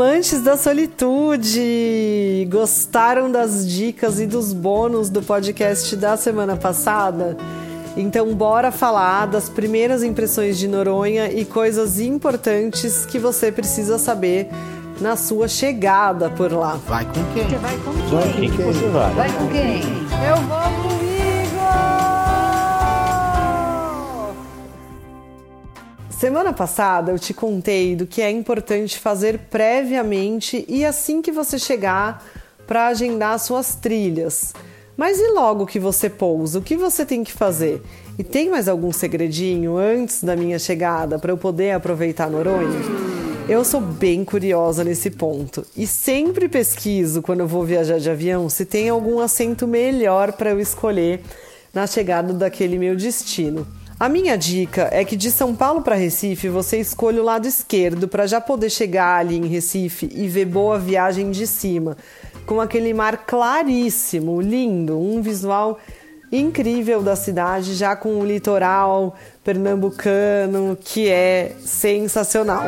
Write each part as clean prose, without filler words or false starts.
amantes da solitude! Gostaram das dicas e dos bônus do podcast da semana passada? Então bora falar das primeiras impressões de Noronha e coisas importantes que você precisa saber na sua chegada por lá. Vai com quem? Você vai com quem? Vai com quem que você vai? Vai com quem? Eu vou comigo! Semana passada eu te contei do que é importante fazer previamente e assim que você chegar para agendar suas trilhas. Mas e logo que você pousa, o que você tem que fazer? E tem mais algum segredinho antes da minha chegada para eu poder aproveitar Noronha? Eu sou bem curiosa nesse ponto e sempre pesquiso quando eu vou viajar de avião se tem algum assento melhor para eu escolher na chegada daquele meu destino. A minha dica é que de São Paulo para Recife você escolha o lado esquerdo para já poder chegar ali em Recife e ver boa viagem de cima, com aquele mar claríssimo, lindo, um visual incrível da cidade, já com o litoral pernambucano, que é sensacional.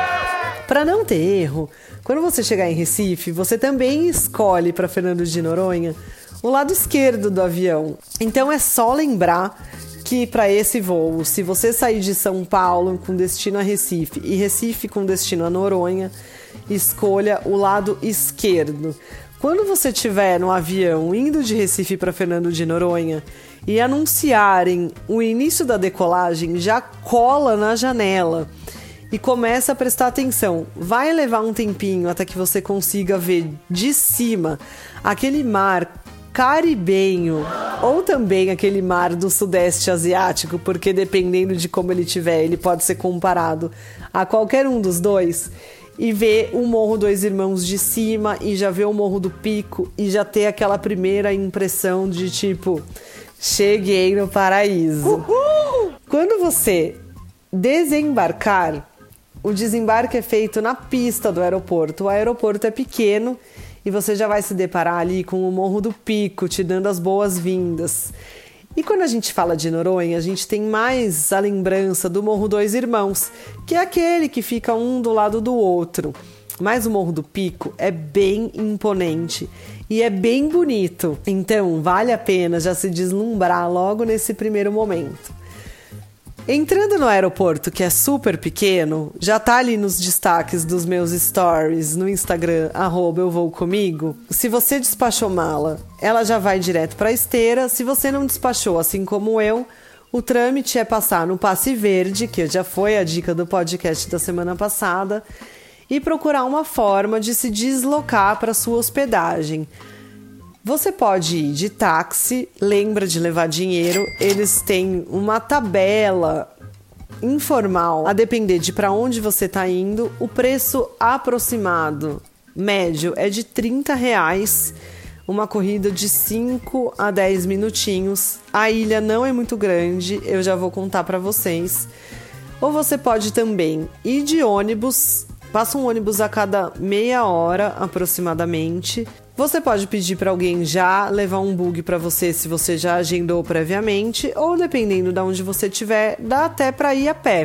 Para não ter erro, quando você chegar em Recife, você também escolhe para Fernando de Noronha o lado esquerdo do avião. Então é só lembrar que para esse voo, se você sair de São Paulo com destino a Recife e Recife com destino a Noronha, escolha o lado esquerdo. Quando você estiver no avião indo de Recife para Fernando de Noronha e anunciarem o início da decolagem, já cola na janela e começa a prestar atenção. Vai levar um tempinho até que você consiga ver de cima aquele mar caribenho ou também aquele mar do sudeste asiático, porque dependendo de como ele tiver, ele pode ser comparado a qualquer um dos dois, e ver o Morro Dois Irmãos de cima e já ver o Morro do Pico e já ter aquela primeira impressão de tipo, cheguei no paraíso. Uhul! Quando você desembarcar, o desembarque é feito na pista do aeroporto. O aeroporto é pequeno e você já vai se deparar ali com o Morro do Pico, te dando as boas-vindas. E quando a gente fala de Noronha, a gente tem mais a lembrança do Morro Dois Irmãos, que é aquele que fica um do lado do outro. Mas o Morro do Pico é bem imponente e é bem bonito. Então, vale a pena já se deslumbrar logo nesse primeiro momento. Entrando no aeroporto, que é super pequeno, já tá ali nos destaques dos meus stories no Instagram, @euvoocomigo. Se você despachou mala, ela já vai direto para a esteira. Se você não despachou, assim como eu, o trâmite é passar no Passe Verde, que já foi a dica do podcast da semana passada, e procurar uma forma de se deslocar para sua hospedagem. Você pode ir de táxi, lembra de levar dinheiro, eles têm uma tabela informal, a depender de para onde você está indo, o preço aproximado, médio, é de R$30, uma corrida de 5 a 10 minutinhos, a ilha não é muito grande, eu já vou contar para vocês. Ou você pode também ir de ônibus, passa um ônibus a cada meia hora aproximadamente. Você pode pedir para alguém já levar um bug para você se você já agendou previamente, ou dependendo de onde você estiver, dá até para ir a pé.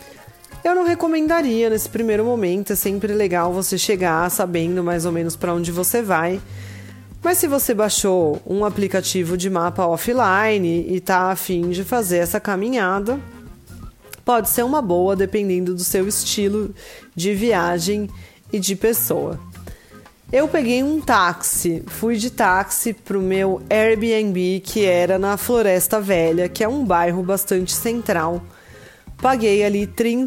Eu não recomendaria nesse primeiro momento, é sempre legal você chegar sabendo mais ou menos para onde você vai. Mas se você baixou um aplicativo de mapa offline e está a fim de fazer essa caminhada, pode ser uma boa dependendo do seu estilo de viagem e de pessoa. Eu peguei um táxi, fui de táxi pro meu Airbnb, que era na Floresta Velha, que é um bairro bastante central. Paguei ali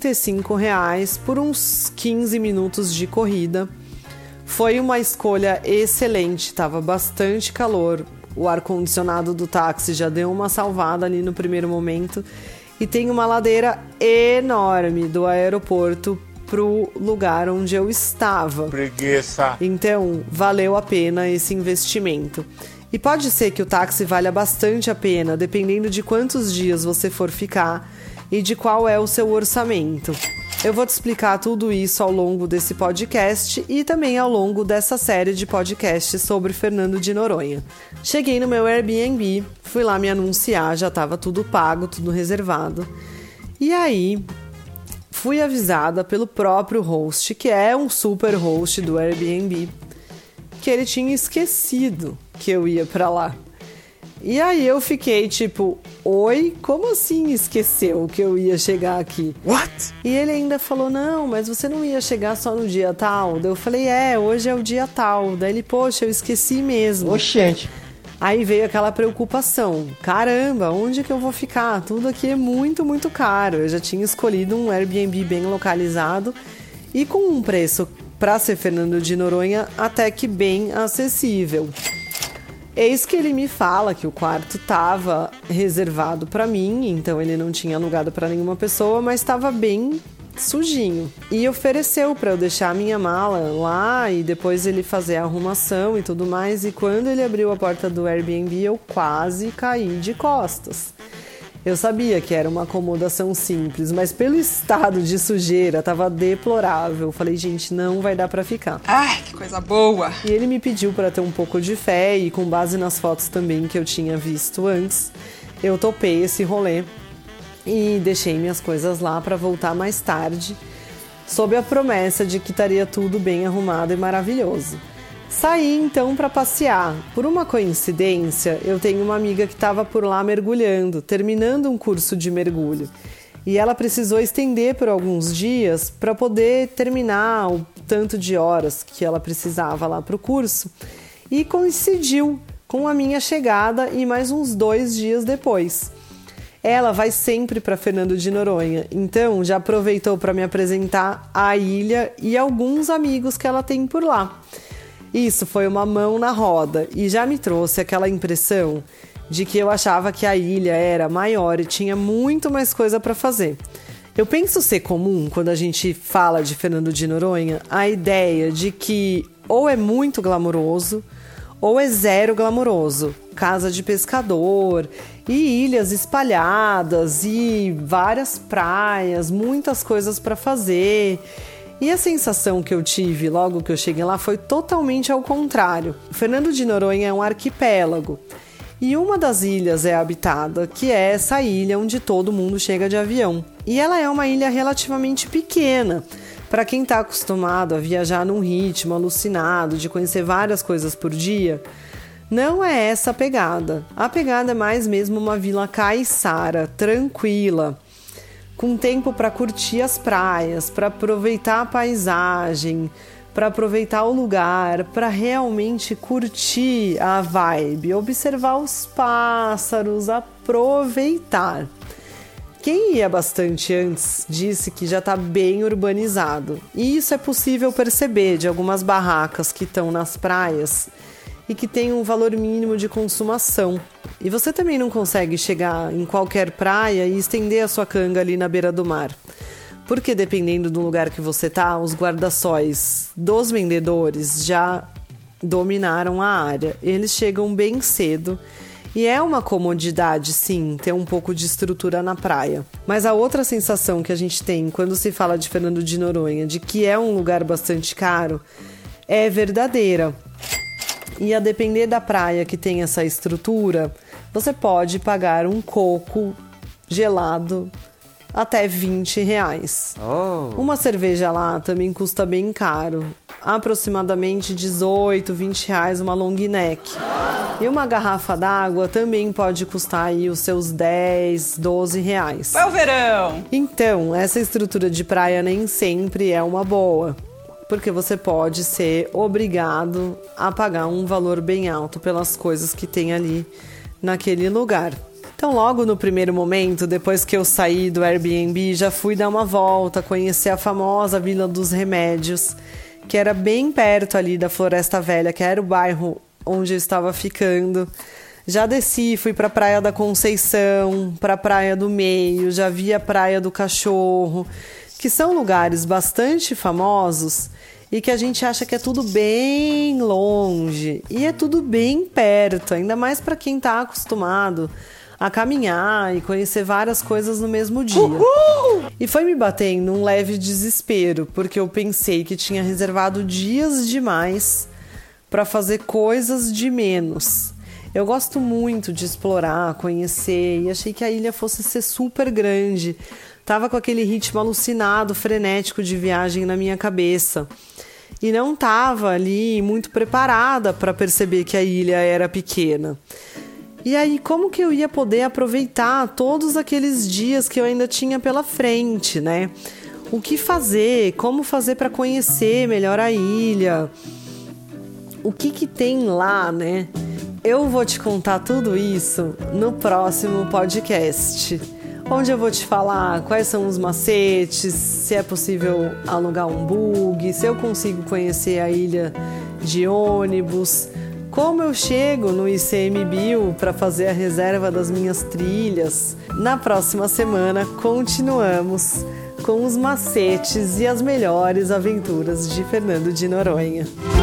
R$35 por uns 15 minutos de corrida. Foi uma escolha excelente, estava bastante calor. O ar-condicionado do táxi já deu uma salvada ali no primeiro momento. E tem uma ladeira enorme do aeroporto pro lugar onde eu estava. Preguiça. Então, valeu a pena esse investimento. E pode ser que o táxi valha bastante a pena, dependendo de quantos dias você for ficar e de qual é o seu orçamento. Eu vou te explicar tudo isso ao longo desse podcast e também ao longo dessa série de podcasts sobre Fernando de Noronha. Cheguei no meu Airbnb, fui lá me anunciar, já estava tudo pago, tudo reservado. E aí fui avisada pelo próprio host, que é um super host do Airbnb, que ele tinha esquecido que eu ia pra lá. E aí eu fiquei tipo, oi, como assim esqueceu que eu ia chegar aqui? What? E ele ainda falou, não, mas você não ia chegar só no dia tal? Daí eu falei, hoje é o dia tal. Daí ele, poxa, eu esqueci mesmo. Oxente. Aí veio aquela preocupação, caramba, onde que eu vou ficar? Tudo aqui é muito, muito caro. Eu já tinha escolhido um Airbnb bem localizado e com um preço para ser Fernando de Noronha até que bem acessível. Eis que ele me fala que o quarto estava reservado para mim, então ele não tinha alugado para nenhuma pessoa, mas estava bem sujinho. E ofereceu para eu deixar a minha mala lá e depois ele fazer a arrumação e tudo mais. E quando ele abriu a porta do Airbnb, eu quase caí de costas. Eu sabia que era uma acomodação simples, mas pelo estado de sujeira, tava deplorável. Eu falei, gente, não vai dar pra ficar. Ai, que coisa boa! E ele me pediu pra ter um pouco de fé e com base nas fotos também que eu tinha visto antes, eu topei esse rolê e deixei minhas coisas lá pra voltar mais tarde, sob a promessa de que estaria tudo bem arrumado e maravilhoso. Saí então para passear. Por uma coincidência, eu tenho uma amiga que estava por lá mergulhando, terminando um curso de mergulho. E ela precisou estender por alguns dias para poder terminar o tanto de horas que ela precisava lá para o curso. E coincidiu com a minha chegada e mais uns 2 dias depois. Ela vai sempre para Fernando de Noronha, então já aproveitou para me apresentar a ilha e alguns amigos que ela tem por lá. Isso foi uma mão na roda e já me trouxe aquela impressão de que eu achava que a ilha era maior e tinha muito mais coisa para fazer. Eu penso ser comum, quando a gente fala de Fernando de Noronha, a ideia de que ou é muito glamouroso ou é zero glamouroso. Casa de pescador e ilhas espalhadas e várias praias, muitas coisas para fazer. E a sensação que eu tive logo que eu cheguei lá foi totalmente ao contrário. Fernando de Noronha é um arquipélago e uma das ilhas é habitada, que é essa ilha onde todo mundo chega de avião. E ela é uma ilha relativamente pequena. Para quem está acostumado a viajar num ritmo alucinado, de conhecer várias coisas por dia, não é essa a pegada. A pegada é mais mesmo uma vila caiçara, tranquila, com tempo para curtir as praias, para aproveitar a paisagem, para aproveitar o lugar, para realmente curtir a vibe, observar os pássaros, aproveitar. Quem ia bastante antes disse que já está bem urbanizado. E isso é possível perceber de algumas barracas que estão nas praias e que tem um valor mínimo de consumação. E você também não consegue chegar em qualquer praia e estender a sua canga ali na beira do mar. Porque dependendo do lugar que você tá, os guarda-sóis dos vendedores já dominaram a área. Eles chegam bem cedo e é uma comodidade, sim, ter um pouco de estrutura na praia. Mas a outra sensação que a gente tem quando se fala de Fernando de Noronha, de que é um lugar bastante caro, é verdadeira. E a depender da praia que tem essa estrutura, você pode pagar um coco gelado até R$20. Uma cerveja lá também custa bem caro, aproximadamente R$18, R$20 uma long neck. E uma garrafa d'água também pode custar aí os seus R$10, R$12. É o verão! Então, essa estrutura de praia nem sempre é uma boa, porque você pode ser obrigado a pagar um valor bem alto pelas coisas que tem ali naquele lugar. Então, logo no primeiro momento, depois que eu saí do Airbnb, já fui dar uma volta, conhecer a famosa Vila dos Remédios, que era bem perto ali da Floresta Velha, que era o bairro onde eu estava ficando. Já desci, fui para a Praia da Conceição, para a Praia do Meio, já vi a Praia do Cachorro, que são lugares bastante famosos e que a gente acha que é tudo bem longe. E é tudo bem perto, ainda mais para quem está acostumado a caminhar e conhecer várias coisas no mesmo dia. Uhul! E foi me batendo um leve desespero, porque eu pensei que tinha reservado dias demais para fazer coisas de menos. Eu gosto muito de explorar, conhecer, e achei que a ilha fosse ser super grande. Tava com aquele ritmo alucinado, frenético de viagem na minha cabeça. E não tava ali muito preparada para perceber que a ilha era pequena. E aí, como que eu ia poder aproveitar todos aqueles dias que eu ainda tinha pela frente, né? O que fazer? Como fazer para conhecer melhor a ilha? O que tem lá, né? Eu vou te contar tudo isso no próximo podcast, onde eu vou te falar quais são os macetes, se é possível alugar um bug, se eu consigo conhecer a ilha de ônibus, como eu chego no ICMBio para fazer a reserva das minhas trilhas. Na próxima semana continuamos com os macetes e as melhores aventuras de Fernando de Noronha.